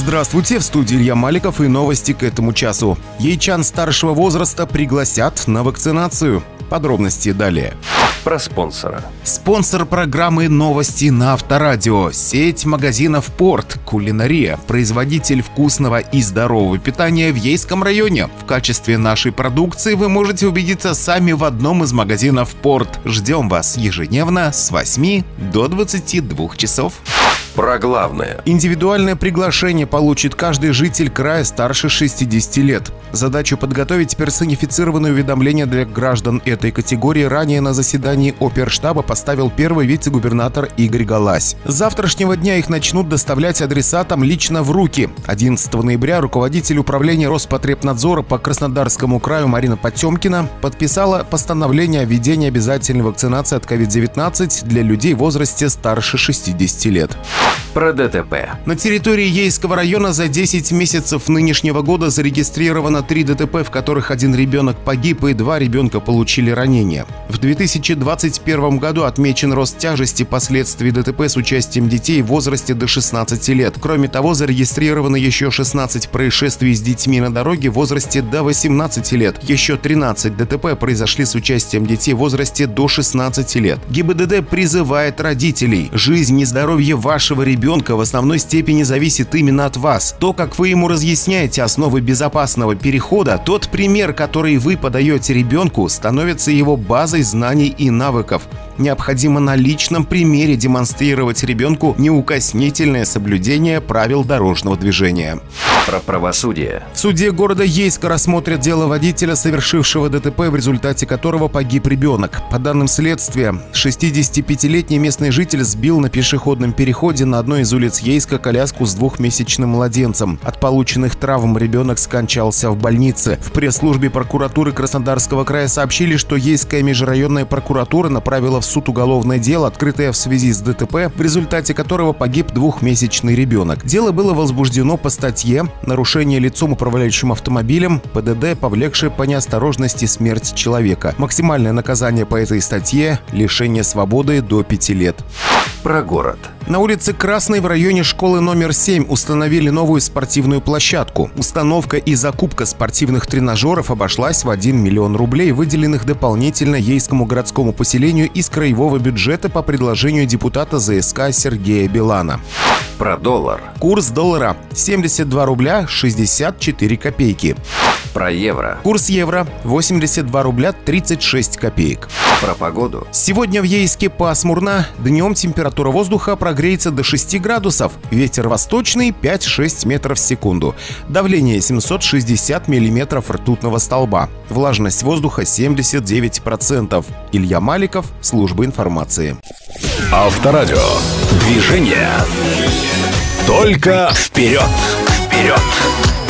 Здравствуйте, в студии Илья Маликов и новости к этому часу. Яйчан старшего возраста пригласят на вакцинацию. Подробности далее. Про спонсора. Спонсор программы «Новости» на Авторадио. Сеть магазинов «Порт», «Кулинария», производитель вкусного и здорового питания в Ейском районе. В качестве нашей продукции вы можете убедиться сами в одном из магазинов «Порт». Ждем вас ежедневно с 8 до 22 часов. Про главное. Индивидуальное приглашение получит каждый житель края старше 60 лет. Задачу подготовить персонифицированное уведомление для граждан этой категории ранее на заседании Оперштаба поставил первый вице-губернатор Игорь Галась. С завтрашнего дня их начнут доставлять адресатам лично в руки. 11 ноября руководитель управления Роспотребнадзора по Краснодарскому краю Марина Потемкина подписала постановление о введении обязательной вакцинации от COVID-19 для людей в возрасте старше 60 лет. Про ДТП. На территории Ейского района за 10 месяцев нынешнего года зарегистрировано 3 ДТП, в которых 1 ребенок погиб и 2 ребенка получили ранения. В 2021 году отмечен рост тяжести последствий ДТП с участием детей в возрасте до 16 лет. Кроме того, зарегистрировано еще 16 происшествий с детьми на дороге в возрасте до 18 лет. Еще 13 ДТП произошли с участием детей в возрасте до 16 лет. ГИБДД призывает родителей: жизнь и здоровье вашего ребенка в основной степени зависит именно от вас. То, как вы ему разъясняете основы безопасного перехода, тот пример, который вы подаете ребенку, становится его базой знаний и навыков. Необходимо на личном примере демонстрировать ребенку неукоснительное соблюдение правил дорожного движения. Про правосудие. В суде города Ейска рассмотрят дело водителя, совершившего ДТП, в результате которого погиб ребенок. По данным следствия, 65-летний местный житель сбил на пешеходном переходе на одной из улиц Ейска коляску с 2-месячным младенцем. От полученных травм ребенок скончался в больнице. В пресс-службе прокуратуры Краснодарского края сообщили, что Ейская межрайонная прокуратура направила в суд уголовное дело, открытое в связи с ДТП, в результате которого погиб 2-месячный ребенок. Дело было возбуждено по статье «Нарушение лицом, управляющим автомобилем, ПДД, повлекшее по неосторожности смерть человека». Максимальное наказание по этой статье – лишение свободы до 5 лет. Про город. На улице Красной в районе школы номер 7 установили новую спортивную площадку. Установка и закупка спортивных тренажеров обошлась в 1 миллион рублей, выделенных дополнительно Ейскому городскому поселению из краевого бюджета по предложению депутата ЗСК Сергея Билана. Про доллар. Курс доллара 72 рубля 64 копейки. Про евро. Курс евро 82 рубля 36 копеек. Про погоду. Сегодня в Ейске пасмурно. Днем температура воздуха прогреется до 6 градусов. Ветер восточный 5-6 метров в секунду. Давление 760 миллиметров ртутного столба. Влажность воздуха 79%. Илья Маликов, служба информации. Авторадио. Движение. Только вперед. Вперед.